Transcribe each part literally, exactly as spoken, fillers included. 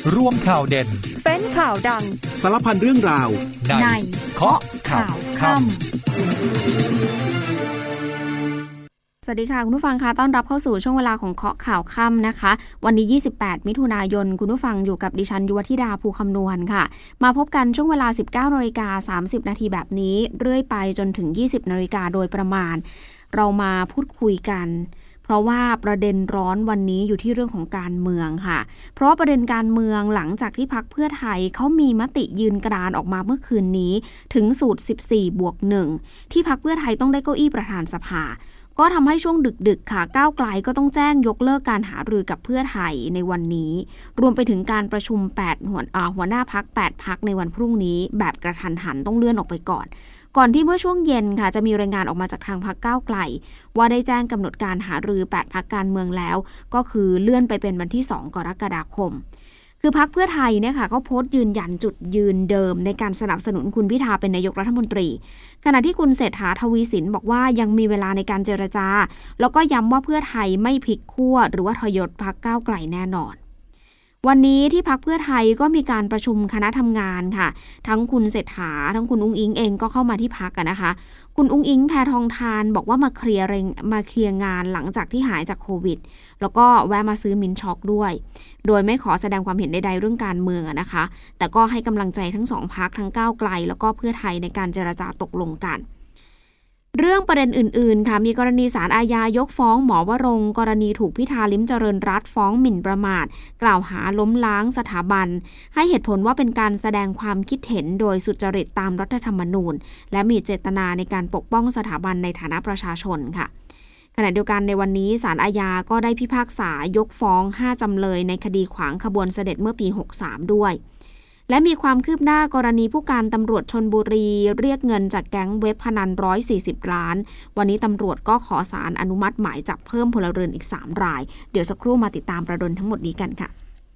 ร่วมข่าวเด่นเป็นข่าวดังสารพันเรื่องราวในเคาะข่าวค่ำสวัสดีค่ะคุณผู้ฟังคะต้อนรับเข้าสู่ช่วงเวลาของเคาะข่าวค่ำนะคะวันนี้ยี่สิบแปดมิถุนายนคุณผู้ฟังอยู่กับดิฉันยุวธิดาภูคำนวณค่ะมาพบกันช่วงเวลา สิบเก้านาฬิกาสามสิบนาทีแบบนี้เรื่อยไปจนถึง ยี่สิบนาฬิกาโดยประมาณเรามาพูดคุยกันเพราะว่าประเด็นร้อนวันนี้อยู่ที่เรื่องของการเมืองค่ะเพราะประเด็นการเมืองหลังจากที่พรรคเพื่อไทยเขามีมติยืนกรานออกมาเมื่อคืนนี้ถึงสูตร สิบสี่บวกหนึ่ง ที่พรรคเพื่อไทยต้องได้เก้าอี้ประธานสภาก็ทำให้ช่วงดึกๆค่ะก้าวไกลก็ต้องแจ้งยกเลิกการหารือกับเพื่อไทยในวันนี้รวมไปถึงการประชุมแปดหัวอ่าหัวหน้าพรรคแปดพรรคในวันพรุ่งนี้แบบกระทันหันต้องเลื่อนออกไปก่อนก่อนที่เมื่อช่วงเย็นค่ะจะมีรายงานออกมาจากทางพรรคก้าวไกลว่าได้แจ้งกำหนดการหารือแปดพรรคการเมืองแล้วก็คือเลื่อนไปเป็นวันที่สองกรกฎาคมคือพรรคเพื่อไทยเนี่ยค่ะเขาโพสต์ยืนยันจุดยืนเดิมในการสนับสนุนคุณพิธาเป็นนายกรัฐมนตรีขณะที่คุณเศรษฐาทวีสินบอกว่ายังมีเวลาในการเจรจาแล้วก็ย้ำว่าเพื่อไทยไม่พลิกขั้วหรือว่าทยศพรรคก้าวไกลแน่นอนวันนี้ที่พรรคเพื่อไทยก็มีการประชุมคณะทำงานค่ะทั้งคุณเศรษฐาทั้งคุณอุ้งอิงเองก็เข้ามาที่พรรคกันนะคะคุณอุ้งอิงแพทองธารบอกว่ามาเคลียร์มาเคลียร์งานหลังจากที่หายจากโควิดแล้วก็แวะมาซื้อมินช็อกด้วยโดยไม่ขอแสดงความเห็นใดๆเรื่องการเมืองนะคะแต่ก็ให้กำลังใจทั้งสองพรรคทั้งก้าวไกลแล้วก็เพื่อไทยในการเจรจาตกลงกันเรื่องประเด็นอื่นๆค่ะมีกรณีศาลอาญายกฟ้องหมอวรงค์กรณีถูกพิธาลิ้มเจริญรัตน์ฟ้องหมิ่นประมาทกล่าวหาล้มล้างสถาบันให้เหตุผลว่าเป็นการแสดงความคิดเห็นโดยสุจริตตามรัฐธรรมนูญและมีเจตนาในการปกป้องสถาบันในฐานะประชาชนค่ะขณะเดียวกันในวันนี้ศาลอาญาก็ได้พิพากษายกฟ้องห้าจำเลยในคดีขวางขบวนเสด็จเมื่อปีหกสามด้วยและมีความคืบหน้ากรณีผู้การตำรวจชลบุรีเรียกเงินจากแก๊งเว็บพนันหนึ่งร้อยสี่สิบล้านวันนี้ตำรวจก็ขอศาลอนุมัติหมายจับเพิ่มพลเรือนอีกสามรายเดี๋ยวสักครู่มาติดตามประเด็นทั้งหมดนี้กันค่ะ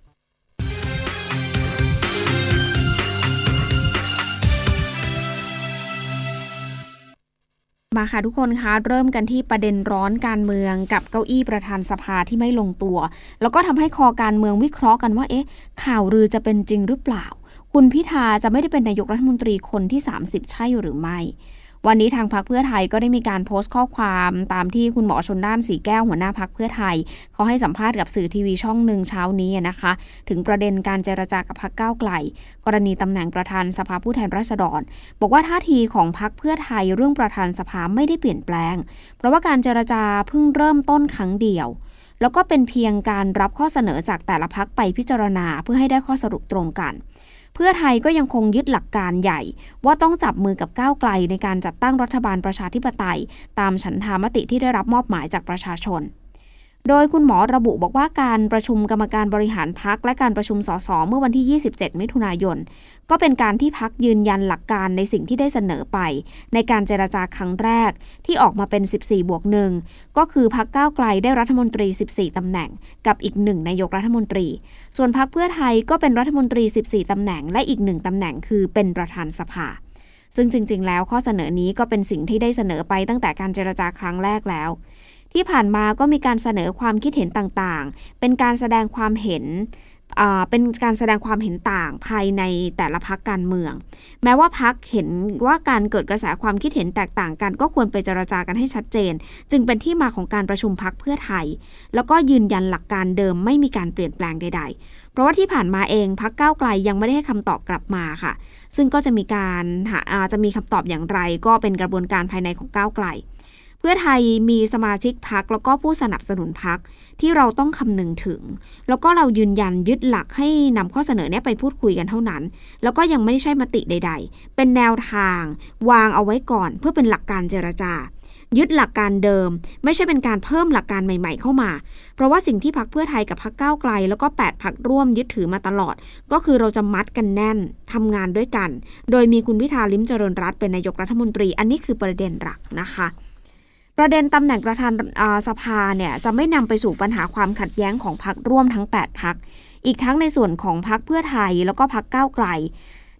มาค่ะทุกคนคะเริ่มกันที่ประเด็นร้อนการเมืองกับเก้าอี้ประธานสภาที่ไม่ลงตัวแล้วก็ทำให้คอการเมืองวิเคราะห์กันว่าเอ๊ะข่าวลือจะเป็นจริงหรือเปล่าคุณพิธาจะไม่ได้เป็นนายกรัฐมนตรีคนที่สามสิบใช่หรือไม่วันนี้ทางพรรคเพื่อไทยก็ได้มีการโพสต์ข้อความตามที่คุณหมอชลน่านสีแก้วหัวหน้าพรรคเพื่อไทยเขาให้สัมภาษณ์กับสื่อทีวีช่องหนึ่งเช้านี้นะคะถึงประเด็นการเจรจากับพรรคก้าวไกลกรณีตำแหน่งประธานสภาผู้แทนราษฎรบอกว่าท่าทีของพรรคเพื่อไทยเรื่องประธานสภาไม่ได้เปลี่ยนแปลงเพราะว่าการเจรจาเพิ่งเริ่มต้นครั้งเดียวแล้วก็เป็นเพียงการรับข้อเสนอจากแต่ละพรรคไปพิจารณาเพื่อให้ได้ข้อสรุปตรงกันเพื่อไทยก็ยังคงยึดหลักการใหญ่ว่าต้องจับมือกับก้าวไกลในการจัดตั้งรัฐบาลประชาธิปไตยตามฉันทามติที่ได้รับมอบหมายจากประชาชนโดยคุณหมอระบุบอกว่าการประชุมกรรมการบริหารพรรคและการประชุมสสเมื่อวันที่ยี่สิบเจ็ดมิถุนายนก็เป็นการที่พรรคยืนยันหลักการในสิ่งที่ได้เสนอไปในการเจรจาครั้งแรกที่ออกมาเป็นสิบสี่บวกหนึ่งก็คือพรรคก้าวไกลได้รัฐมนตรีสิบสี่ตำแหน่งกับอีกหนึ่งนายกรัฐมนตรีส่วนพรรคเพื่อไทยก็เป็นรัฐมนตรีสิบสี่ตำแหน่งและอีกหนึ่งตำแหน่งคือเป็นประธานสภาซึ่งจริงๆแล้วข้อเสนอนี้ก็เป็นสิ่งที่ได้เสนอไปตั้งแต่การเจรจาครั้งแรกแล้วที่ผ่านมาก็มีการเสนอความคิดเห็นต่างๆเป็นการแสดงความเห็นอ่าเป็นการแสดงความเห็นต่างภายในแต่ละพรรคการเมืองแม้ว่าพรรคเห็นว่าการเกิดกระแสความคิดเห็นแตกต่างกันก็ควรไปเจรจากันให้ชัดเจนจึงเป็นที่มาของการประชุมพรรคเพื่อไทยแล้วก็ยืนยันหลักการเดิมไม่มีการเปลี่ยนแปลงใดๆเพราะว่าที่ผ่านมาเองพรรคก้าวไกลยังไม่ได้ให้คำตอบกลับมาค่ะซึ่งก็จะมีการหาจะมีคำตอบอย่างไรก็เป็นกระบวนการภายในของก้าวไกลเพื่อไทยมีสมาชิกพรรคแล้วก็ผู้สนับสนุนพรรคที่เราต้องคำนึงถึงแล้วก็เรายืนยันยึดหลักให้นำข้อเสนอนี้ไปพูดคุยกันเท่านั้นแล้วก็ยังไม่ใช่มติใดๆเป็นแนวทางวางเอาไว้ก่อนเพื่อเป็นหลักการเจรจายึดหลักการเดิมไม่ใช่เป็นการเพิ่มหลักการใหม่ๆเข้ามาเพราะว่าสิ่งที่พรรคเพื่อไทยกับพรรคก้าวไกลแล้วก็แปดพรรคร่วมยึดถือมาตลอดก็คือเราจะมัดกันแน่นทำงานด้วยกันโดยมีคุณพิธาลิ้มเจริญรัตน์เป็นนายกรัฐมนตรีอันนี้คือประเด็นหลักนะคะประเด็นตำแหน่งประธานสภาเนี่ยจะไม่นำไปสู่ปัญหาความขัดแย้งของพรรคร่วมทั้งแปดพรรคอีกทั้งในส่วนของพรรคเพื่อไทยแล้วก็พรรคก้าวไกล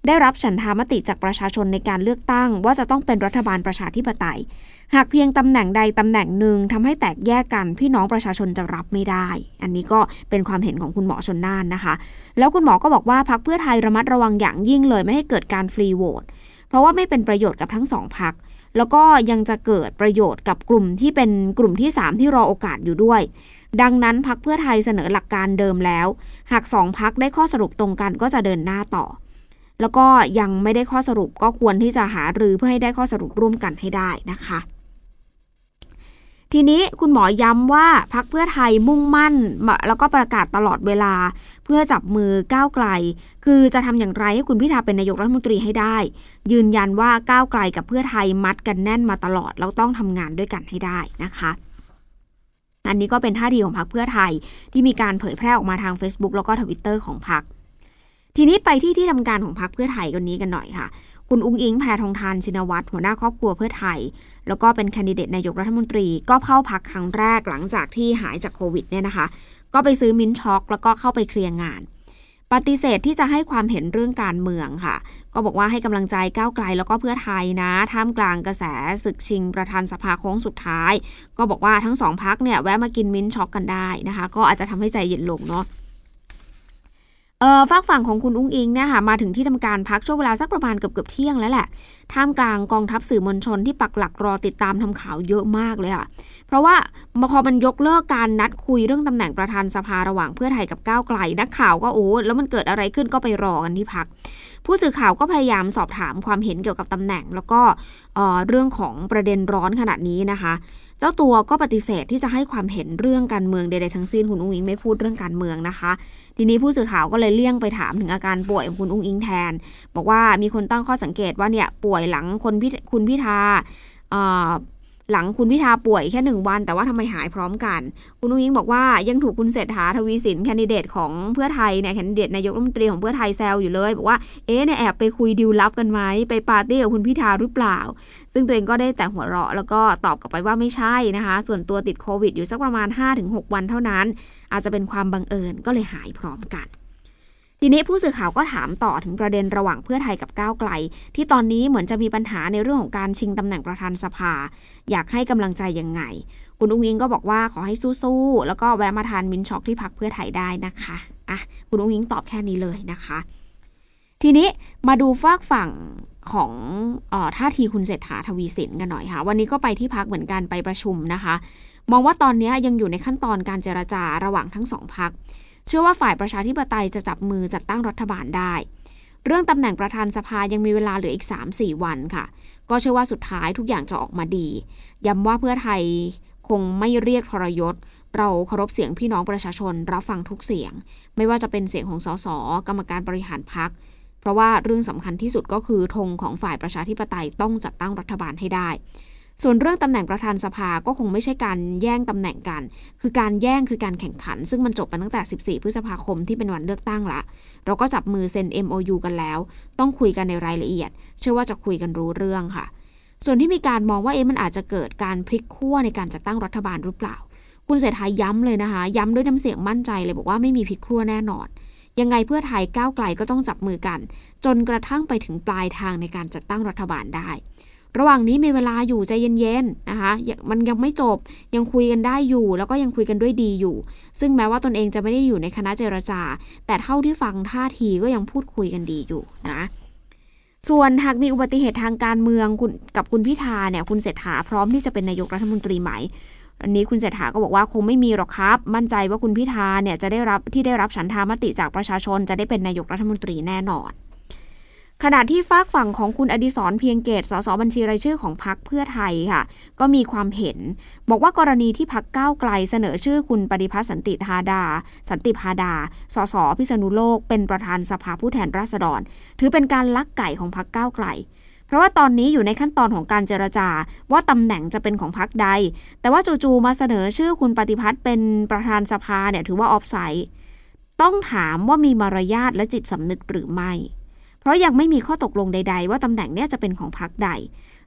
ได้รับฉันทามติจากประชาชนในการเลือกตั้งว่าจะต้องเป็นรัฐบาลประชาธิปไตยหากเพียงตำแหน่งใดตำแหน่งหนึ่งทำให้แตกแยกกันพี่น้องประชาชนจะรับไม่ได้อันนี้ก็เป็นความเห็นของคุณหมอชลน่านนะคะแล้วคุณหมอก็บอกว่าพรรคเพื่อไทยระมัดระวังอย่างยิ่งเลยไม่ให้เกิดการฟรีโหวตเพราะว่าไม่เป็นประโยชน์กับทั้งสองพรรคแล้วก็ยังจะเกิดประโยชน์กับกลุ่มที่เป็นกลุ่มที่สามที่รอโอกาสอยู่ด้วยดังนั้นพรรคเพื่อไทยเสนอหลักการเดิมแล้วหากสองพรรคได้ข้อสรุปตรงกันก็จะเดินหน้าต่อแล้วก็ยังไม่ได้ข้อสรุปก็ควรที่จะหารือเพื่อให้ได้ข้อสรุปร่วมกันให้ได้นะคะทีนี้คุณหมอย้ำว่าพรรคเพื่อไทยมุ่งมั่นแล้วก็ประกาศตลอดเวลาเพื่อจับมือก้าวไกลคือจะทำอย่างไรให้คุณพิธาเป็นนายกรัฐมนตรีให้ได้ยืนยันว่าก้าวไกลกับเพื่อไทยมัดกันแน่นมาตลอดแล้วต้องทำงานด้วยกันให้ได้นะคะอันนี้ก็เป็นท่าทีของพรรคเพื่อไทยที่มีการเผยแพร่ออกมาทาง Facebook แล้วก็ Twitter ของพรรคทีนี้ไปที่ที่ทำการของพรรคเพื่อไทยคนนี้กันหน่อยค่ะคุณอุ๊งอิ๊งแพทองธารชินวัตรหัวหน้าครอบครัวเพื่อไทยแล้วก็เป็นแคนดิเดตนายกรัฐมนตรีก็เข้าพรรคครั้งแรกหลังจากที่หายจากโควิดเนี่ยนะคะก็ไปซื้อมิ้นท์ช็อกแล้วก็เข้าไปเคลียร์งานปฏิเสธที่จะให้ความเห็นเรื่องการเมืองค่ะก็บอกว่าให้กำลังใจก้าวไกลแล้วก็เพื่อไทยนะท่ามกลางกระแสศึกชิงประธานสภาโค้งสุดท้ายก็บอกว่าทั้งสองพรรคเนี่ยแวะมากินมิ้นท์ช็อกกันได้นะคะก็อาจจะทำให้ใจเย็นลงเนาะเอ่อฝากฝั่งของคุณอุ๊งอิ๊งเนี่ยค่ะมาถึงที่ทำการพักช่วงเวลาสักประมาณเกือบเกือบเที่ยงแล้วแหละท่ามกลางกองทัพสื่อมวลชนที่ปักหลักรอติดตามทำข่าวเยอะมากเลยค่ะเพราะว่าพอมันยกเลิกการนัดคุยเรื่องตำแหน่งประธานสภาระหว่างเพื่อไทยกับก้าวไกลนักข่าวก็โอ้แล้วมันเกิดอะไรขึ้นก็ไปรอกันที่พักผู้สื่อข่าวก็พยายามสอบถามความเห็นเกี่ยวกับตำแหน่งแล้วก็เอ่อเรื่องของประเด็นร้อนขนาดนี้นะคะเจ้าตัวก็ปฏิเสธที่จะให้ความเห็นเรื่องการเมืองใดๆทั้งสิ้นคุณอุ๊งอิ๊งไม่พูดเรื่องการเมืองนะคะทีนี้ผู้สื่อข่าวก็เลยเลี่ยงไปถามถึงอาการป่วยของคุณอุ๊งอิ๊งแทนบอกว่ามีคนตั้งข้อสังเกตว่าเนี่ยป่วยหลังคนคุณพิธาหลังคุณพิธาป่วยแค่หนึ่งวันแต่ว่าทำไมหายพร้อมกันคุณอุ๊งอิ๊งบอกว่ายังถูกคุณเศรษฐาทวีสินแคนดิเดตของเพื่อไทยเนี่ยแคนดิเดตนายกรัฐมนตรีของเพื่อไทยแซวอยู่เลยบอกว่าเอ๊ะเนี่ยแอบไปคุยดีลลับกันไหมไปปาร์ตี้กับคุณพิธาหรือเปล่าซึ่งตัวเองก็ได้แต่หัวเราะแล้วก็ตอบกลับไปว่าไม่ใช่นะคะส่วนตัวติดโควิดอยู่สักประมาณ ห้าถึงหก วันเท่านั้นอาจจะเป็นความบังเอิญก็เลยหายพร้อมกันทีนี้ผู้สื่อข่าวก็ถามต่อถึงประเด็นระหว่างเพื่อไทยกับก้าวไกลที่ตอนนี้เหมือนจะมีปัญหาในเรื่องของการชิงตำแหน่งประธานสภาอยากให้กำลังใจยังไงคุณอุ๊งอิ๊งก็บอกว่าขอให้สู้ๆแล้วก็แวะมาทานมิ้นท์ช็อกที่พรรคเพื่อไทยได้นะคะอ่ะคุณอุ๊งอิ๊งตอบแค่นี้เลยนะคะทีนี้มาดูฝากฝั่งของเอ่อท่าทีคุณเศรษฐาทวีสินกันหน่อยค่ะวันนี้ก็ไปที่พรรคเหมือนกันไปประชุมนะคะมองว่าตอนนี้ยังอยู่ในขั้นตอนการเจรจาระหว่างทั้งสองพรรคเชื่อว่าฝ่ายประชาธิปไตยจะจับมือจัดตั้งรัฐบาลได้เรื่องตำแหน่งประธานสภายังมีเวลาเหลืออีก สามถึงสี่ วันค่ะก็เชื่อว่าสุดท้ายทุกอย่างจะออกมาดีย้ำว่าเพื่อไทยคงไม่เรียกทรยศเราเคารพเสียงพี่น้องประชาชนรับฟังทุกเสียงไม่ว่าจะเป็นเสียงของสสกรรมการบริหารพรรคเพราะว่าเรื่องสำคัญที่สุดก็คือธงของฝ่ายประชาธิปไตยต้องจัดตั้งรัฐบาลให้ได้ส่วนเรื่องตำแหน่งประธานสภาก็คงไม่ใช่การแย่งตำแหน่งกันคือการแย่งคือการแข่งขันซึ่งมันจบไปตั้งแต่สิบสี่พฤษภาคมที่เป็นวันเลือกตั้งละเราก็จับมือเซ็น เอ็ม โอ ยู กันแล้วต้องคุยกันในรายละเอียดเชื่อว่าจะคุยกันรู้เรื่องค่ะส่วนที่มีการมองว่าเอ๊ะมันอาจจะเกิดการพลิกขั้วในการจัดตั้งรัฐบาลหรือเปล่าคุณเศรษฐาย้ำเลยนะคะย้ำด้วยน้ำเสียงมั่นใจเลยบอกว่าไม่มีพลิกขั้วแน่นอนยังไงเพื่อไทยก้าวไกลก็ต้องจับมือกันจนกระทั่งไปถึงปลายทางในการจัดตั้งรัฐบาลได้ระหว่างนี้มีเวลาอยู่ใจเย็นๆนะคะมันยังไม่จบยังคุยกันได้อยู่แล้วก็ยังคุยกันด้วยดีอยู่ซึ่งแม้ว่าตนเองจะไม่ได้อยู่ในคณะเจรจาแต่เท่าที่ฟังท่าทีก็ยังพูดคุยกันดีอยู่นะส่วนหากมีอุบัติเหตุทางการเมืองคุณกับคุณพิธาเนี่ยคุณเศรษฐาพร้อมที่จะเป็นนายกรัฐมนตรีไหมอันนี้คุณเศรษฐาก็บอกว่าคงไม่มีหรอกครับมั่นใจว่าคุณพิธาเนี่ยจะได้รับที่ได้รับฉันทามติจากประชาชนจะได้เป็นนายกรัฐมนตรีแน่นอนขณะที่ฝากฝั่งของคุณอดิศรเพียงเกตสสบัญชีรายชื่อของพรรคเพื่อไทยค่ะก็มีความเห็นบอกว่ากรณีที่พรรคก้าวไกลเสนอชื่อคุณปฏิพัฒน์สันติธาดาสันติพาดาสสพิษณุโลกเป็นประธานสภาผู้แทนราษฎรถือเป็นการลักไก่ของพรรคก้าวไกลเพราะว่าตอนนี้อยู่ในขั้นตอนของการเจรจาว่าตำแหน่งจะเป็นของพรรคใดแต่ว่าจู่ๆมาเสนอชื่อคุณปฏิพัฒน์เป็นประธานสภาเนี่ยถือว่าออฟไซด์ต้องถามว่ามีมารยาทและจิตสำนึกหรือไม่เพราะยังไม่มีข้อตกลงใดๆว่าตำแหน่งนี้จะเป็นของพรรคใด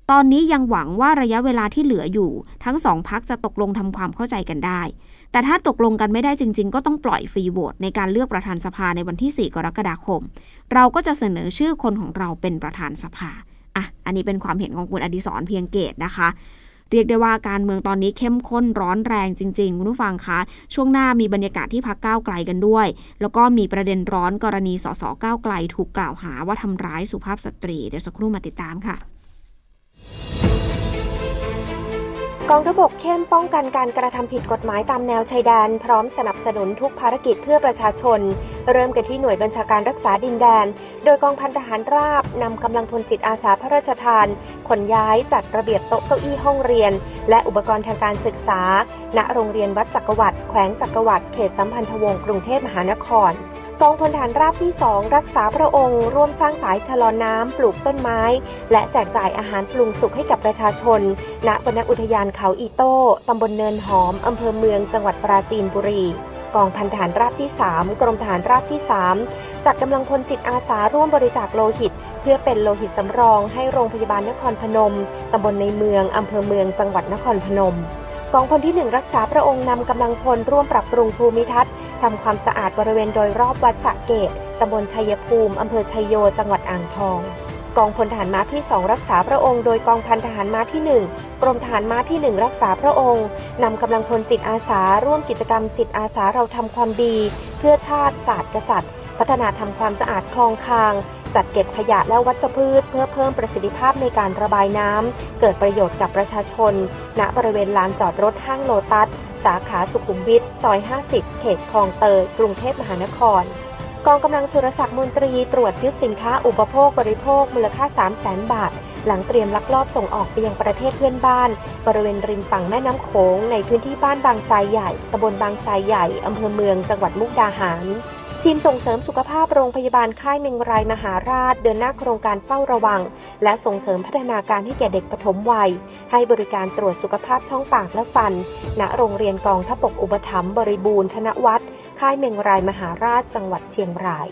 ตอนนี้ยังหวังว่าระยะเวลาที่เหลืออยู่ทั้งสองพรรคจะตกลงทำความเข้าใจกันได้แต่ถ้าตกลงกันไม่ได้จริงๆก็ต้องปล่อยฟรีโหวตในการเลือกประธานสภาในวันที่สี่กรกฎาคมเราก็จะเสนอชื่อคนของเราเป็นประธานสภาอ่ะอันนี้เป็นความเห็นของคุณอดิศรเพียงเกตนะคะเรียกได้ว่าการเมืองตอนนี้เข้มข้นร้อนแรงจริงๆคุณผู้ฟังคะช่วงหน้ามีบรรยากาศที่พรรคก้าวไกลกันด้วยแล้วก็มีประเด็นร้อนกรณีสสก้าวไกลถูกกล่าวหาว่าทำร้ายสุภาพสตรีเดี๋ยวสักครู่มาติดตามค่ะกองทัพบกเข้มป้องกันการกระทำผิดกฎหมายตามแนวชายแดนพร้อมสนับสนุนทุกภารกิจเพื่อประชาชนเริ่มกันที่หน่วยบัญชาการรักษาดินแดนโดยกองพันทหารราบนำกำลังพลจิตอาสาพระราชทานขนย้ายจัดระเบียบโต๊ะเก้าอี้ห้องเรียนและอุปกรณ์ทางการศึกษาณโรงเรียนวัดจักรวรรดิแขวงจักรวรรดิเขตสัมพันธวงศ์กรุงเทพมหานครกองพลทหารราบที่สองรักษาพระองค์ร่วมสร้างฝายชะลอน้ำปลูกต้นไม้และแจกจ่ายอาหารปรุงสุกให้กับประชาชนณวรรณอุทยานเขาอีโต้ตำบลเนินหอมอำเภอเมืองจังหวัดปราจีนบุรีกองพันทหารราบที่สามกรมทหารราบที่สามจัดกำลังพลจิตอาสาร่วมบริจาคโลหิตเพื่อเป็นโลหิตสำรองให้โรงพยาบาลนครพนมตำบลในเมืองอำเภอเมืองจังหวัดนครพนมกองพลที่หนึ่งรักษาพระองค์นำกำลังพลร่วมปรับปรุงภูมิทัศน์ทำความสะอาดบริเวณโดยรอบวัดสระเกตตำบลชัยภูมิอำเภอชัยโยจังหวัดอ่างทองกองพลทหารม้าที่สองรักษาพระองค์โดยกองพันทหารม้าที่หนึ่งกรมทหารม้าที่หนึ่งรักษาพระองค์นำกำลังพลจิตอาสาร่วมกิจกรรมจิตอาสาเราทำความดีเพื่อชาติศาสตร์กษัตริย์พัฒนาทำความสะอาดคลองคางจัดเก็บขยะและวัชพืชเพื่อเพิ่มประสิทธิภาพในการระบายน้ำเกิดประโยชน์กับประชาชนณบริเวณลานจอดรถห้างโลตัสสาขาสุขุมวิทซอยห้าสิบเขตคลองเตยกรุงเทพมหานครกองกำลังสุรศักดิ์มนตรีตรวจยึดสินค้าอุปโภคบริโภคมูลค่า สามแสน บาทหลังเตรียมลักลอบส่งออกไปยังประเทศเพื่อนบ้านบริเวณริมฝั่งแม่น้ำโขงในพื้นที่บ้านบางทรายใหญ่ตำบลบางทรายใหญ่อำเภอเมืองจังหวัดมุกดาหารทีมส่งเสริมสุขภาพโรงพยาบาลค่ายเมงรายมหาราชเดินหน้าโครงการเฝ้าระวังและส่งเสริมพัฒนาการให้แก่เด็กปฐมวัยให้บริการตรวจสุขภาพช่องปากและฟันณโรงเรียนกองทัพบกอุปถัมภ์บริบูรณ์ธนวัฒน์ค่ายเมงรายมหาราชจังหวัดเชียงราย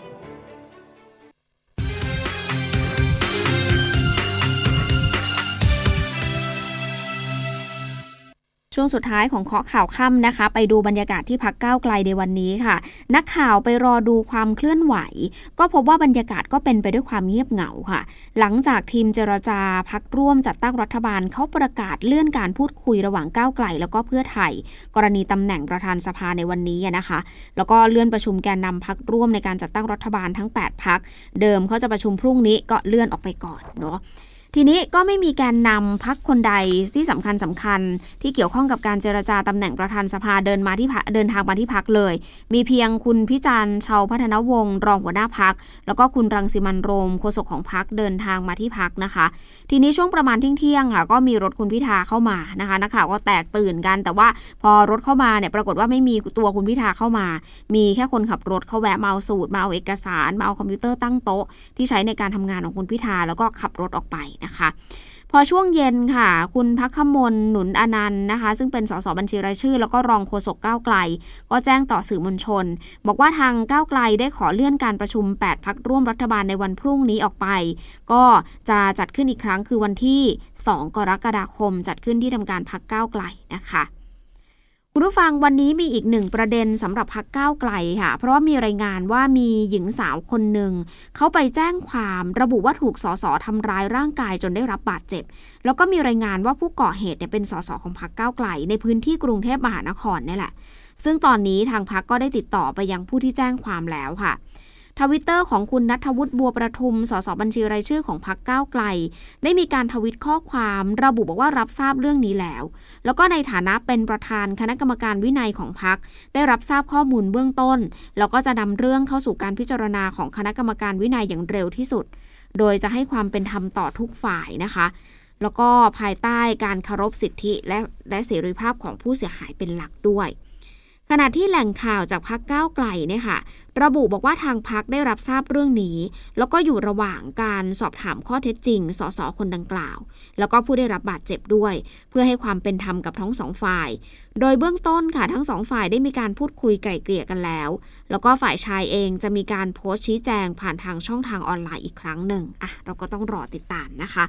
ช่วงสุดท้ายของเคาะข่าวค่ำนะคะไปดูบรรยากาศที่พรรคก้าวไกลในวันนี้ค่ะนักข่าวไปรอดูความเคลื่อนไหวก็พบว่าบรรยากาศก็เป็นไปด้วยความเงียบเหงาค่ะหลังจากทีมเจรจาพรรคร่วมจัดตั้งรัฐบาลเขาประกาศเลื่อนการพูดคุยระหว่างก้าวไกลแล้วก็เพื่อไทยกรณีตำแหน่งประธานสภาในวันนี้นะคะแล้วก็เลื่อนประชุมแกนนำพรรคร่วมในการจัดตั้งรัฐบาลทั้งแปดพรรคเดิมเขาจะประชุมพรุ่งนี้ก็เลื่อนออกไปก่อนเนาะทีนี้ก็ไม่มีแกนนำพรรคคนใดที่สำคัญสำคัญที่เกี่ยวข้องกับการเจรจาตำแหน่งประธานสภาเดินมาที่เดินทางมาที่พรรคเลยมีเพียงคุณพิจารณ์ชาวพัฒนวงศ์รองหัวหน้าพรรคแล้วก็คุณรังสิมันต์โรมโฆษกของพรรคเดินทางมาที่พรรคนะคะทีนี้ช่วงประมาณเที่ยงๆค่ะก็มีรถคุณพิธาเข้ามานะคะนักข่าวก็แตกตื่นกันแต่ว่าพอรถเข้ามาเนี่ยปรากฏว่าไม่มีตัวคุณพิธาเข้ามามีแค่คนขับรถเขาแวะมาเอาสูตรมาเอาเอกสารมาเอาคอมพิวเตอร์ตั้งโต๊ะที่ใช้ในการทำงานของคุณพิธาแล้วก็ขับรถออกไปนะคะพอช่วงเย็นค่ะคุณภัคคมลหนุนอนันต์นะคะซึ่งเป็นสสบัญชีรายชื่อแล้วก็รองโฆษกก้าวไกลก็แจ้งต่อสื่อมวลชนบอกว่าทางก้าวไกลได้ขอเลื่อนการประชุมแปดพรรคร่วมรัฐบาลในวันพรุ่งนี้ออกไปก็จะจัดขึ้นอีกครั้งคือวันที่สองกรกฎาคมจัดขึ้นที่ทำการพรรคก้าวไกลนะคะคุณผู้ฟังวันนี้มีอีกหนึ่งประเด็นสำหรับพรรคก้าวไกลค่ะเพราะว่ามีรายงานว่ามีหญิงสาวคนหนึ่งเขาไปแจ้งความระบุว่าถูกสสทำร้ายร่างกายจนได้รับบาดเจ็บแล้วก็มีรายงานว่าผู้ก่อเหตุเนี่ยเป็นสสของพรรคก้าวไกลในพื้นที่กรุงเทพมหานครนี่แหละซึ่งตอนนี้ทางพรรคก็ได้ติดต่อไปยังผู้ที่แจ้งความแล้วค่ะทวิตเตอร์ของคุณณัฐวุฒิบัวประทุมสสบัญชีรายชื่อของพรรคก้าวไกลได้มีการทวิตข้อความระบุบอกว่ารับทราบเรื่องนี้แล้วแล้วก็ในฐานะเป็นประธานคณะกรรมการวินัยของพรรคได้รับทราบข้อมูลเบื้องต้นแล้วก็จะนำเรื่องเข้าสู่การพิจารณาของคณะกรรมการวินัยอย่างเร็วที่สุดโดยจะให้ความเป็นธรรมต่อทุกฝ่ายนะคะแล้วก็ภายใต้การเคารพสิทธิและและเสรีภาพของผู้เสียหายเป็นหลักด้วยขณะที่แหล่งข่าวจากพรรคก้าวไกลเนี่ยค่ะระบุบอกว่าทางพรรคได้รับทราบเรื่องนี้แล้วก็อยู่ระหว่างการสอบถามข้อเท็จจริงสสคนดังกล่าวแล้วก็ผู้ได้รับบาดเจ็บด้วยเพื่อให้ความเป็นธรรมกับทั้งสองฝ่ายโดยเบื้องต้นค่ะทั้งสองฝ่ายได้มีการพูดคุยไกล่เกลี่ยกันแล้วแล้วก็ฝ่ายชายเองจะมีการโพสต์ชี้แจงผ่านทางช่องทางออนไลน์อีกครั้งหนึ่งอ่ะเราก็ต้องรอติดตามนะคะ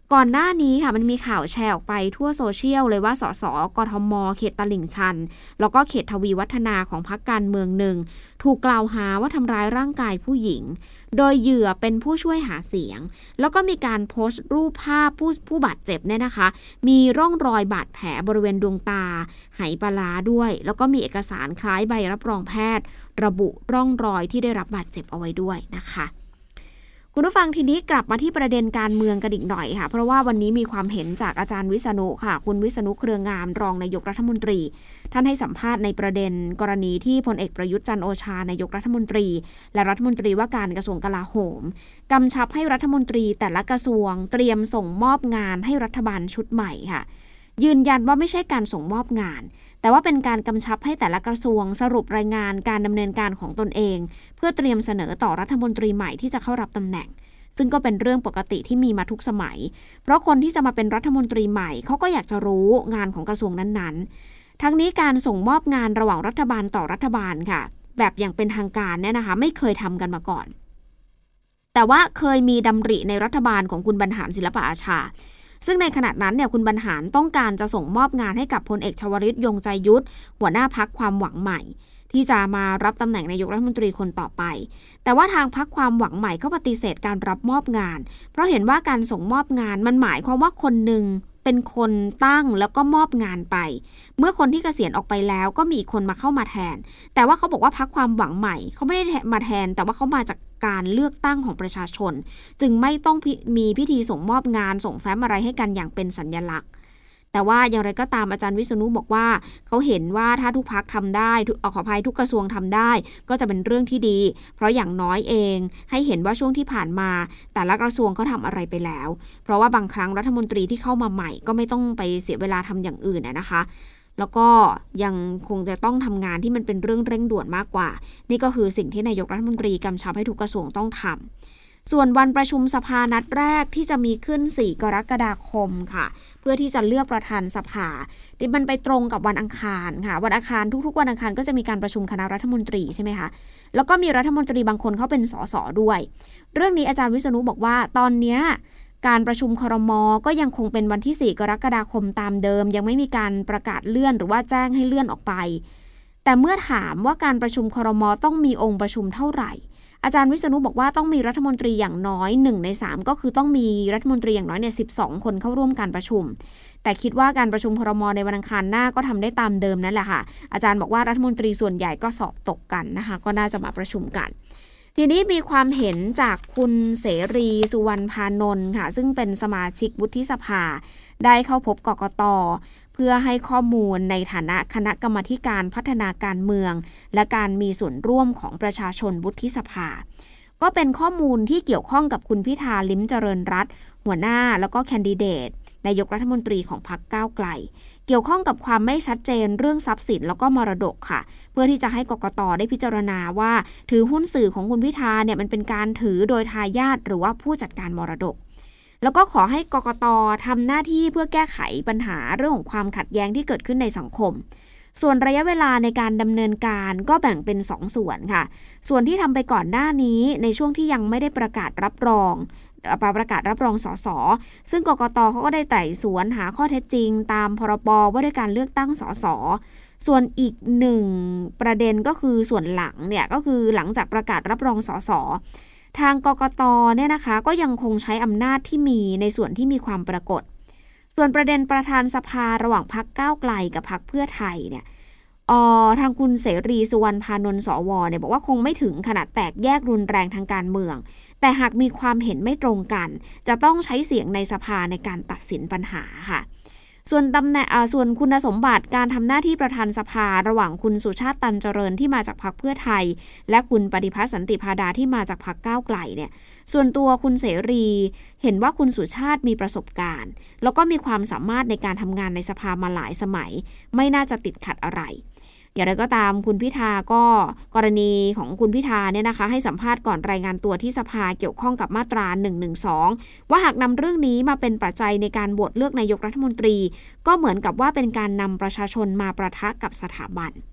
ก่อนหน้านี้ค่ะมันมีข่าวแชร์ออกไปทั่วโซเชียลเลยว่าสสกทมเขตตลิ่งชันแล้วก็เขตทวีวัฒนาของพรรคการเมืองหนึ่งถูกกล่าวหาว่าทำร้ายร่างกายผู้หญิงโดยเหยื่อเป็นผู้ช่วยหาเสียงแล้วก็มีการโพสต์รูปภาพผู้ผู้บาดเจ็บเนี่ยนะคะมีร่องรอยบาดแผลบริเวณดวงตาไหปลาร้าด้วยแล้วก็มีเอกสารคล้ายใบรับรองแพทย์ระบุร่องรอยที่ได้รับบาดเจ็บเอาไว้ด้วยนะคะคุณผู้ฟังทีนี้กลับมาที่ประเด็นการเมืองกันอีกหน่อยค่ะเพราะว่าวันนี้มีความเห็นจากอาจารย์วิษณุค่ะคุณวิษณุเครืองามรองนายกรัฐมนตรีท่านให้สัมภาษณ์ในประเด็นกรณีที่พลเอกประยุทธ์จันทร์โอชานายกรัฐมนตรีและรัฐมนตรีว่าการกระทรวงกลาโหมกำชับให้รัฐมนตรีแต่ละกระทรวงเตรียมส่งมอบงานให้รัฐบาลชุดใหม่ค่ะยืนยันว่าไม่ใช่การส่งมอบงานแต่ว่าเป็นการกำชับให้แต่ละกระทรวงสรุปรายงานการดำเนินการของตนเองเพื่อเตรียมเสนอต่อรัฐมนตรีใหม่ที่จะเข้ารับตำแหน่งซึ่งก็เป็นเรื่องปกติที่มีมาทุกสมัยเพราะคนที่จะมาเป็นรัฐมนตรีใหม่เขาก็อยากจะรู้งานของกระทรวงนั้นๆทั้งนี้การส่งมอบงานระหว่างรัฐบาลต่อรัฐบาลค่ะแบบอย่างเป็นทางการเนี่ยนะคะไม่เคยทำกันมาก่อนแต่ว่าเคยมีดำริในรัฐบาลของคุณบรรหารศิลปอาชาซึ่งในขณะนั้นเนี่ยคุณบรรหารต้องการจะส่งมอบงานให้กับพลเอกชวริตยงใจยุทธหัวหน้าพรรคความหวังใหม่ที่จะมารับตำแหน่งนายกรัฐมนตรีคนต่อไปแต่ว่าทางพรรคความหวังใหม่ก็ปฏิเสธการรับมอบงานเพราะเห็นว่าการส่งมอบงานมันหมายความว่าคนหนึ่งเป็นคนตั้งแล้วก็มอบงานไปเมื่อคนที่เกษียณออกไปแล้วก็มีอีกคนมาเข้ามาแทนแต่ว่าเขาบอกว่าพรรคความหวังใหม่เขาไม่ได้มาแทนแต่ว่าเขามาจากการเลือกตั้งของประชาชนจึงไม่ต้องมีพิธีส่งมอบงานส่งแฟ้มอะไรให้กันอย่างเป็นสัญลักษณ์แต่ว่าอย่างไรก็ตามอาจารย์วิษณุบอกว่าเขาเห็นว่าถ้าทุกพรรคทำได้ขออภัยทุกกระทรวงทำได้ก็จะเป็นเรื่องที่ดีเพราะอย่างน้อยเองให้เห็นว่าช่วงที่ผ่านมาแต่ละกระทรวงเขาทำอะไรไปแล้วเพราะว่าบางครั้งรัฐมนตรีที่เข้ามาใหม่ก็ไม่ต้องไปเสียเวลาทำอย่างอื่นนะคะแล้วก็ยังคงจะต้องทำงานที่มันเป็นเรื่องเร่งด่วนมากกว่านี่ก็คือสิ่งที่นายกรัฐมนตรีกำชับให้ทุกกระทรวงต้องทำส่วนวันประชุมสภานัดแรกที่จะมีขึ้นสี่กรกฎาคมค่ะเพื่อที่จะเลือกประธานสภาที่มันไปตรงกับวันอังคารค่ะวันอังคารทุกๆวันอังคารก็จะมีการประชุมคณะรัฐมนตรีใช่ไหมคะแล้วก็มีรัฐมนตรีบางคนเขาเป็นสสด้วยเรื่องนี้อาจารย์วิษณุบอกว่าตอนนี้การประชุมครม.ก็ยังคงเป็นวันที่สี่กรกฎาคมตามเดิมยังไม่มีการประกาศเลื่อนหรือว่าแจ้งให้เลื่อนออกไปแต่เมื่อถามว่าการประชุมครม.ต้องมีองค์ประชุมเท่าไหร่อาจารย์วิษณุบอกว่าต้องมีรัฐมนตรีอย่างน้อยหนึ่งในสามก็คือต้องมีรัฐมนตรีอย่างน้อยเนี่ยสิบสองคนเข้าร่วมการประชุมแต่คิดว่าการประชุมครม.ในวันอังคารหน้าก็ทำได้ตามเดิมนั่นแหละค่ะอาจารย์บอกว่ารัฐมนตรีส่วนใหญ่ก็สอบตกกันนะคะก็น่าจะมาประชุมกันทีนี้มีความเห็นจากคุณเสรีสุวรรณพานนท์ค่ะซึ่งเป็นสมาชิกวุฒิสภาได้เข้าพบกกต.เพื่อให้ข้อมูลในฐานะคณะกรรมาธิการพัฒนาการเมืองและการมีส่วนร่วมของประชาชนวุฒิสภาก็เป็นข้อมูลที่เกี่ยวข้องกับคุณพิธาลิ้มเจริญรัตน์หัวหน้าแล้วก็แคนดิเดตนายกรัฐมนตรีของพรรคก้าวไกลเกี่ยวข้องกับความไม่ชัดเจนเรื่องทรัพย์สินแล้วก็มรดกค่ะเพื่อที่จะให้กกต.ได้พิจารณาว่าถือหุ้นสื่อของคุณพิธาเนี่ยมันเป็นการถือโดยทายาทหรือว่าผู้จัดการมรดกแล้วก็ขอให้กกต.ทำหน้าที่เพื่อแก้ไขปัญหาเรื่องของความขัดแย้งที่เกิดขึ้นในสังคมส่วนระยะเวลาในการดำเนินการก็แบ่งเป็นสองส่วนค่ะส่วนที่ทำไปก่อนหน้านี้ในช่วงที่ยังไม่ได้ประกาศรับรองประกาศรับรองสสซึ่งกกต.เขาก็ได้ไต่สวนหาข้อเท็จจริงตามพรบว่าด้วยการเลือกตั้งสสส่วนอีกหนึ่งประเด็นก็คือส่วนหลังเนี่ยก็คือหลังจากประกาศรับรองสสทางกกต.เนี่ยนะคะก็ยังคงใช้อำนาจที่มีในส่วนที่มีความปรากฏส่วนประเด็นประธานสภาระหว่างพรรคก้าวไกลกับพรรคเพื่อไทยเนี่ยเอ่อทางคุณเสรีสุวรรณพานนท์สวเนี่ยบอกว่าคงไม่ถึงขนาดแตกแยกรุนแรงทางการเมืองแต่หากมีความเห็นไม่ตรงกันจะต้องใช้เสียงในสภาในการตัดสินปัญหาค่ะส่วนตำแหน่งส่วนคุณสมบัติการทำหน้าที่ประธานสภาระหว่างคุณสุชาติตันเจริญที่มาจากพรรคเพื่อไทยและคุณปฏิพัฒน์สันติพาดาที่มาจากพรรคก้าวไกลเนี่ยส่วนตัวคุณเสรีเห็นว่าคุณสุชาติมีประสบการณ์แล้วก็มีความสามารถในการทำงานในสภามาหลายสมัยไม่น่าจะติดขัดอะไรอย่างไรก็ตามคุณพิธาก็กรณีของคุณพิธาเนี่ยนะคะให้สัมภาษณ์ก่อนรายงานตัวที่สภาเกี่ยวข้องกับมาตราหนึ่งหนึ่งสองว่าหากนำเรื่องนี้มาเป็นปัจจัยในการโหวตเลือกนายกรัฐมนตรีก็เหมือนกับว่าเป็นการนำประชาชนมาประทะกับสถาบัน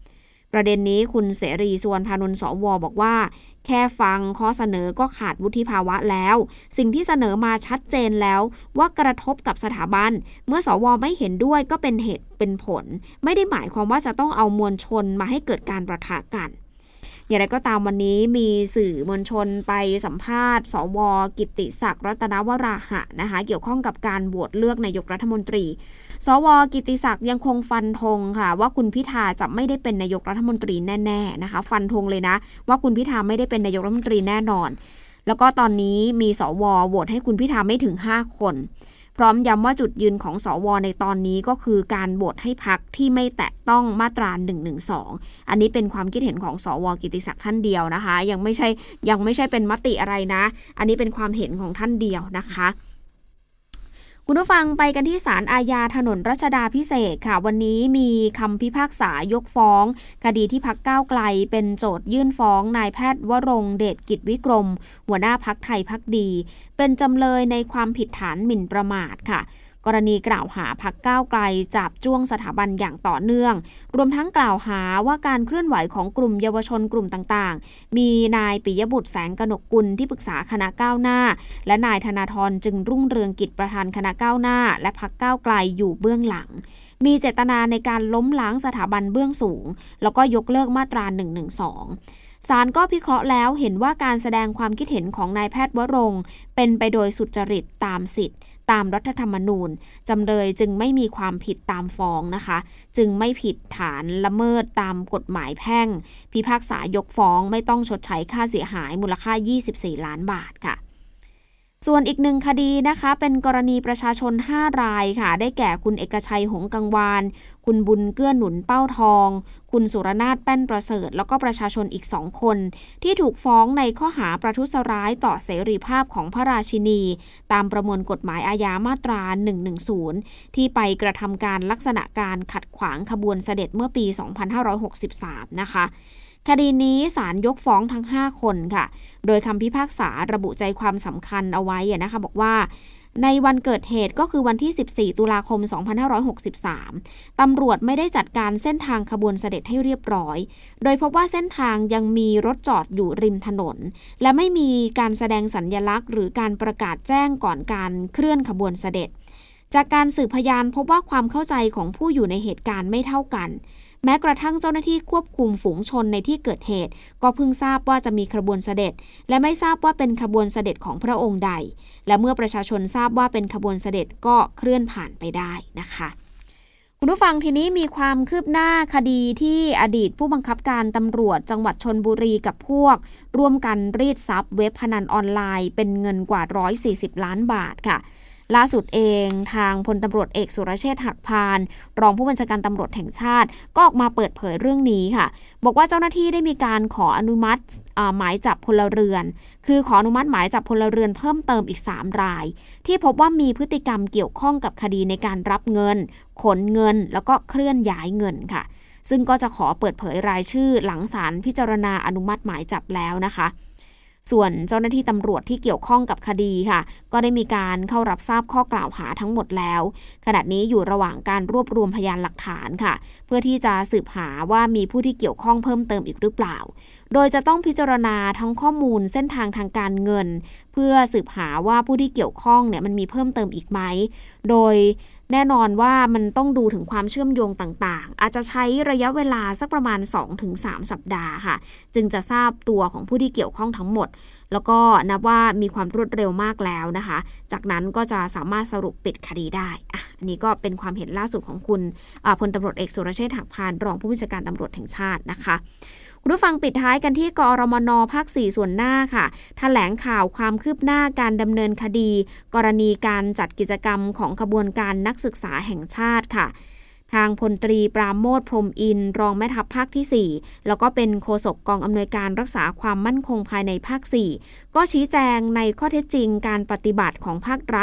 ประเด็นนี้คุณเสรีสุวรรณพานนท์สวบอกว่าแค่ฟังข้อเสนอก็ขาดวุฒิภาวะแล้วสิ่งที่เสนอมาชัดเจนแล้วว่ากระทบกับสถาบันเมื่อสวไม่เห็นด้วยก็เป็นเหตุเป็นผลไม่ได้หมายความว่าจะต้องเอามวลชนมาให้เกิดการประทะกันอย่างไรก็ตามวันนี้มีสื่อมวลชนไปสัมภาษณ์สวกิตติศักดิ์รัตนวราหะนะคะเกี่ยวข้องกับการโหวตเลือกนายกรัฐมนตรีสวกิตติศักดิ์ยังคงฟันธงค่ะว่าคุณพิธาจะไม่ได้เป็นนายกรัฐมนตรีแน่ๆนะคะฟันธงเลยนะว่าคุณพิธาไม่ได้เป็นนายกรัฐมนตรีแน่นอนแล้วก็ตอนนี้มีสวโหวตให้คุณพิธาไม่ถึงห้าคนพร้อมย้ำว่าจุดยืนของสวในตอนนี้ก็คือการโหวตให้พรรคที่ไม่แตะต้องมาตราหนึ่งหนึ่งสองอันนี้เป็นความคิดเห็นของสวกิตติศักดิ์ท่านเดียวนะคะยังไม่ใช่ยังไม่ใช่เป็นมติอะไรนะอันนี้เป็นความเห็นของท่านเดียวนะคะคุณผู้ฟังไปกันที่ศาลอาญาถนนรัชดาภิเษกค่ะวันนี้มีคำพิพากษายกฟ้องคดีที่พรรคก้าวไกลเป็นโจทยื่นฟ้องนายแพทย์วรงค์เดชกิจวิกรมหัวหน้าพรรคไทยพรรคดีเป็นจำเลยในความผิดฐานหมิ่นประมาทค่ะกรณีกล่าวหาพรรคก้าวไกลจับจ้วงสถาบันอย่างต่อเนื่องรวมทั้งกล่าวหาว่าการเคลื่อนไหวของกลุ่มเยาวชนกลุ่มต่างๆมีนายปิยบุตรแสงกนกกุลที่ปรึกษาคณะก้าวหน้าและนายธนาธรจึงรุ่งเรืองกิจประธานคณะก้าวหน้าและพรรคก้าวไกลอยู่เบื้องหลังมีเจตนาในการล้มล้างสถาบันเบื้องสูงแล้วก็ยกเลิกมาตราหนึ่งหนึ่งสองศาลก็พิเคราะห์แล้วเห็นว่าการแสดงความคิดเห็นของนายแพทย์วรงค์เป็นไปโดยสุจริตตามสิทธิตามรัฐธรรมนูญจำเลยจึงไม่มีความผิดตามฟ้องนะคะจึงไม่ผิดฐานละเมิดตามกฎหมายแพ่งพิพากษายกฟ้องไม่ต้องชดใช้ค่าเสียหายมูลค่ายี่สิบสี่ล้านบาทค่ะส่วนอีกหนึ่งคดีนะคะเป็นกรณีประชาชนห้ารายค่ะได้แก่คุณเอกชัยหงส์กังวานคุณบุญเกื้อหนุนเป้าทองคุณสุรนาถแป้นประเสริฐแล้วก็ประชาชนอีกสองคนที่ถูกฟ้องในข้อหาประทุษร้ายต่อเสรีภาพของพระราชินีตามประมวลกฎหมายอาญามาตราหนึ่งหนึ่งศูนย์ที่ไปกระทำการลักษณะการขัดขวางขบวนเสด็จเมื่อปีสองพันห้าร้อยหกสิบสามนะคะคดีนี้ศาลยกฟ้องทั้งห้าคนค่ะโดยคำพิพากษาระบุใจความสำคัญเอาไว้นะคะบอกว่าในวันเกิดเหตุก็คือวันที่สิบสี่ตุลาคมสองพันห้าร้อยหกสิบสามตำรวจไม่ได้จัดการเส้นทางขบวนเสด็จให้เรียบร้อยโดยพบว่าเส้นทางยังมีรถจอดอยู่ริมถนนและไม่มีการแสดงสัญลักษณ์หรือการประกาศแจ้งก่อนการเคลื่อนขบวนเสด็จจากการสืบพยานพบว่าความเข้าใจของผู้อยู่ในเหตุการณ์ไม่เท่ากันแม้กระทั่งเจ้าหน้าที่ควบคุมฝูงชนในที่เกิดเหตุก็เพิ่งทราบว่าจะมีขบวนเสด็จและไม่ทราบว่าเป็นขบวนเสด็จของพระองค์ใดและเมื่อประชาชนทราบว่าเป็นขบวนเสด็จก็เคลื่อนผ่านไปได้นะคะคุณผู้ฟังทีนี้มีความคืบหน้าคดีที่อดีตผู้บังคับการตำรวจจังหวัดชลบุรีกับพวกร่วมกันรีดทรัพย์เว็บพนันออนไลน์เป็นเงินกว่าหนึ่งร้อยสี่สิบล้านบาทค่ะล่าสุดเองทางพลตำรวจเอกสุรเชษฐ์หักพานรองผู้บัญชาการตำรวจแห่งชาติก็ออกมาเปิดเผยเรื่องนี้ค่ะบอกว่าเจ้าหน้าที่ได้มีการขออนุมัติหมายจับพลเรือนคือขออนุมัติหมายจับพลเรือนเพิ่มเติมอีกสามรายที่พบว่ามีพฤติกรรมเกี่ยวข้องกับคดีในการรับเงินขนเงินแล้วก็เคลื่อนย้ายเงินค่ะซึ่งก็จะขอเปิดเผยรายชื่อหลังศาลพิจารณาอนุมัติหมายจับแล้วนะคะส่วนเจ้าหน้าที่ตำรวจที่เกี่ยวข้องกับคดีค่ะก็ได้มีการเข้ารับทราบข้อกล่าวหาทั้งหมดแล้วขณะนี้อยู่ระหว่างการรวบรวมพยานหลักฐานค่ะเพื่อที่จะสืบหาว่ามีผู้ที่เกี่ยวข้องเพิ่มเติมอีกหรือเปล่าโดยจะต้องพิจารณาทั้งข้อมูลเส้นทางทางการเงินเพื่อสืบหาว่าผู้ที่เกี่ยวข้องเนี่ยมันมีเพิ่มเติมอีกไหมโดยแน่นอนว่ามันต้องดูถึงความเชื่อมโยงต่างๆอาจจะใช้ระยะเวลาสักประมาณ สองถึงสาม สัปดาห์ค่ะจึงจะทราบตัวของผู้ที่เกี่ยวข้องทั้งหมดแล้วก็นับว่ามีความรวดเร็วมากแล้วนะคะจากนั้นก็จะสามารถสรุปปิดคดีได้อ่ะอันนี้ก็เป็นความเห็นล่าสุดของคุณพลตำรวจเอกสุรเชษฐ์หักพานรองผู้บัญชาการตำรวจแห่งชาตินะคะคุณผู้ฟังปิดท้ายกันที่กอรมน.ภาคสี่ส่วนหน้าค่ะแถลงข่าวความคืบหน้าการดำเนินคดีกรณีการจัดกิจกรรมของขบวนการนักศึกษาแห่งชาติค่ะทางพลตรีปราโมทย์พรหมอินทร์รองแม่ทัพภาคที่สี่แล้วก็เป็นโฆษกกองอำนวยการรักษาความมั่นคงภายในภาคสี่ก็ชี้แจงในข้อเท็จจริงการปฏิบัติของภาครัฐ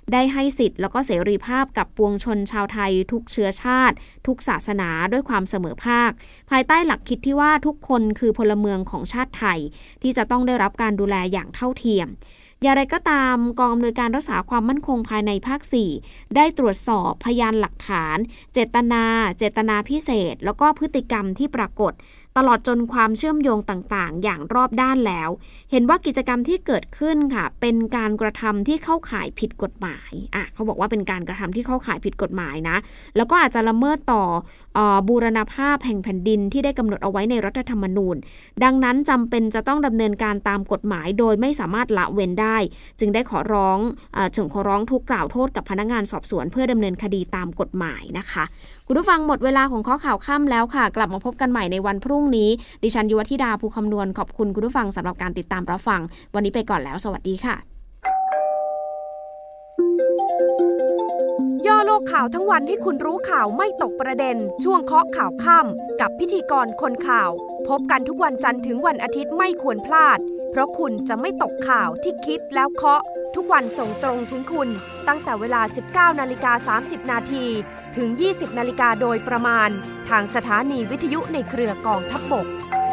ได้ให้สิทธิ์แล้วก็เสรีภาพกับปวงชนชาวไทยทุกเชื้อชาติทุกศาสนาด้วยความเสมอภาคภายใต้หลักคิดที่ว่าทุกคนคือพลเมืองของชาติไทยที่จะต้องได้รับการดูแลอย่างเท่าเทียมอย่างไรก็ตามกองอำนวยการรักษาความมั่นคงภายในภาคสี่ได้ตรวจสอบพยานหลักฐานเจตนาเจตนาพิเศษแล้วก็พฤติกรรมที่ปรากฏตลอดจนความเชื่อมโยงต่างๆอย่างรอบด้านแล้วเห็นว่ากิจกรรมที่เกิดขึ้นค่ะเป็นการกระทำที่เข้าข่ายผิดกฎหมายอ่ะเขาบอกว่าเป็นการกระทำที่เข้าข่ายผิดกฎหมายนะแล้วก็อาจจะละเมิดต่อเอ่อบูรณภาพแห่งแผ่นดินที่ได้กำหนดเอาไว้ในรัฐธรรมนูญดังนั้นจำเป็นจะต้องดำเนินการตามกฎหมายโดยไม่สามารถละเว้นได้จึงได้ขอร้องเอ่อถึงขอร้องทุกกล่าวโทษกับพนักงานสอบสวนเพื่อดำเนินคดีตามกฎหมายนะคะคุณผู้ฟังหมดเวลาของข้อข่าวค่ำแล้วค่ะกลับมาพบกันใหม่ในวันพรุ่งนี้ดิฉันยุวธิดาภูคำนวณขอบคุณคุณผู้ฟังสำหรับการติดตามรับฟังวันนี้ไปก่อนแล้วสวัสดีค่ะย่อโลกข่าวทั้งวันให้คุณรู้ข่าวไม่ตกประเด็นช่วงเคาะข่าวค่ำกับพิธีกรคนข่าวพบกันทุกวันจันทร์ถึงวันอาทิตย์ไม่ควรพลาดเพราะคุณจะไม่ตกข่าวที่คิดแล้วเคาะทุกวันส่งตรงถึงคุณตั้งแต่เวลา สิบเก้านาฬิกาสามสิบนาทีถึง ยี่สิบนาฬิกาโดยประมาณทางสถานีวิทยุในเครือกองทัพบก